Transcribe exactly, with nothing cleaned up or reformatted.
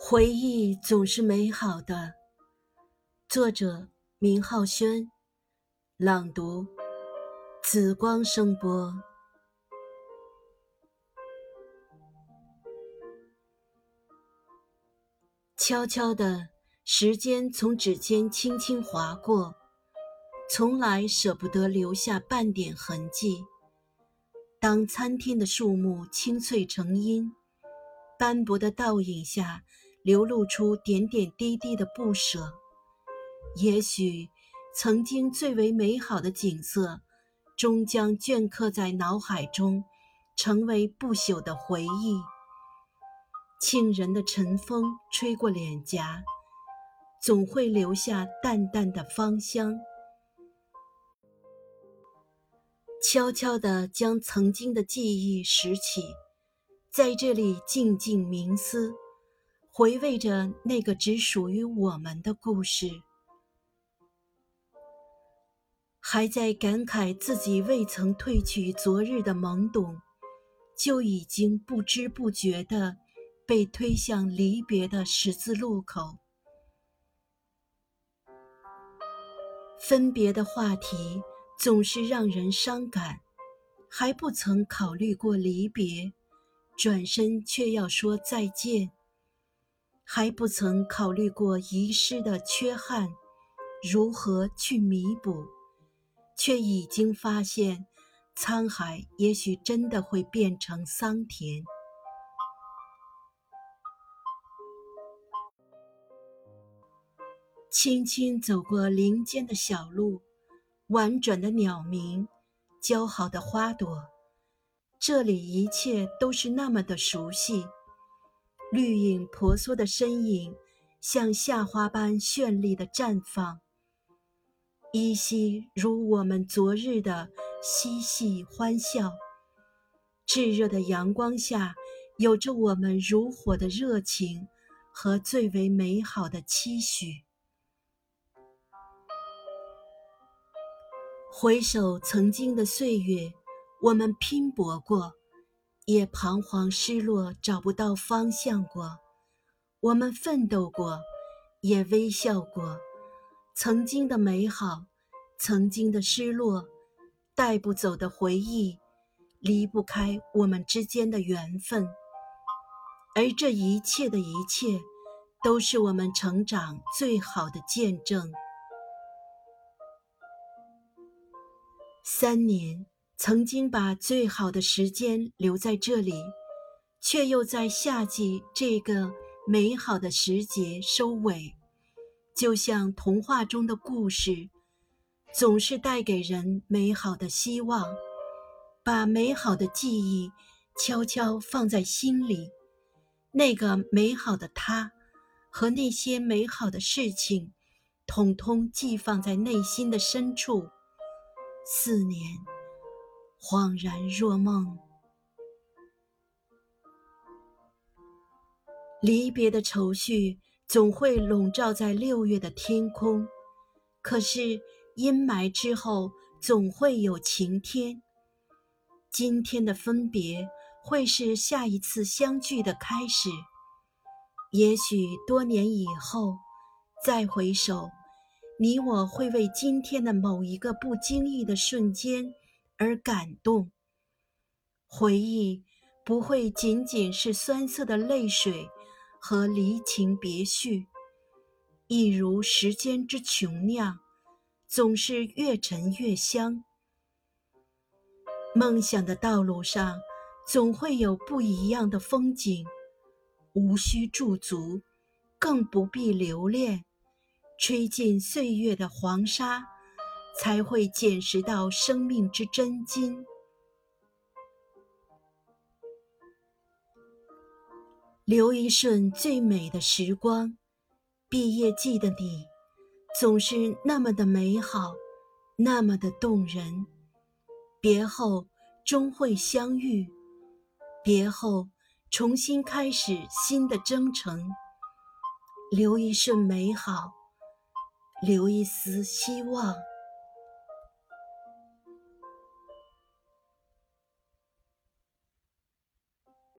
回忆总是美好的。作者：明浩轩，朗读：紫光声波。悄悄的，时间从指尖轻轻划过，从来舍不得留下半点痕迹。当参天的树木青翠成荫，斑驳的倒影下流露出点点滴滴的不舍。也许曾经最为美好的景色，终将镌刻在脑海中，成为不朽的回忆。沁人的晨风吹过脸颊，总会留下淡淡的芳香。悄悄地将曾经的记忆拾起，在这里静静冥思，回味着那个只属于我们的故事。还在感慨自己未曾褪去昨日的懵懂，就已经不知不觉地被推向离别的十字路口。分别的话题总是让人伤感，还不曾考虑过离别，转身却要说再见，还不曾考虑过遗失的缺憾如何去弥补，却已经发现沧海也许真的会变成桑田。轻轻走过林间的小路，婉转的鸟鸣，姣好的花朵，这里一切都是那么的熟悉。绿影婆娑的身影像夏花般绚丽的绽放，依稀如我们昨日的嬉戏欢笑。炙热的阳光下，有着我们如火的热情和最为美好的期许。回首曾经的岁月，我们拼搏过，也彷徨失落，找不到方向过。我们奋斗过，也微笑过。曾经的美好，曾经的失落，带不走的回忆，离不开我们之间的缘分。而这一切的一切，都是我们成长最好的见证。三年，曾经把最好的时间留在这里，却又在夏季这个美好的时节收尾。就像童话中的故事，总是带给人美好的希望，把美好的记忆悄悄放在心里。那个美好的他和那些美好的事情，统统寄放在内心的深处。四年，恍然若梦。离别的愁绪总会笼罩在六月的天空，可是阴霾之后总会有晴天。今天的分别会是下一次相聚的开始。也许多年以后再回首，你我会为今天的某一个不经意的瞬间而感动。回忆不会仅仅是酸涩的泪水和离情别绪，一如时间之琼酿，总是越陈越香。梦想的道路上总会有不一样的风景，无需驻足，更不必留恋，吹尽岁月的黄沙，才会捡拾到生命之真金。留一瞬最美的时光，毕业季的你，总是那么的美好，那么的动人。别后终会相遇，别后重新开始新的征程。留一瞬美好，留一丝希望。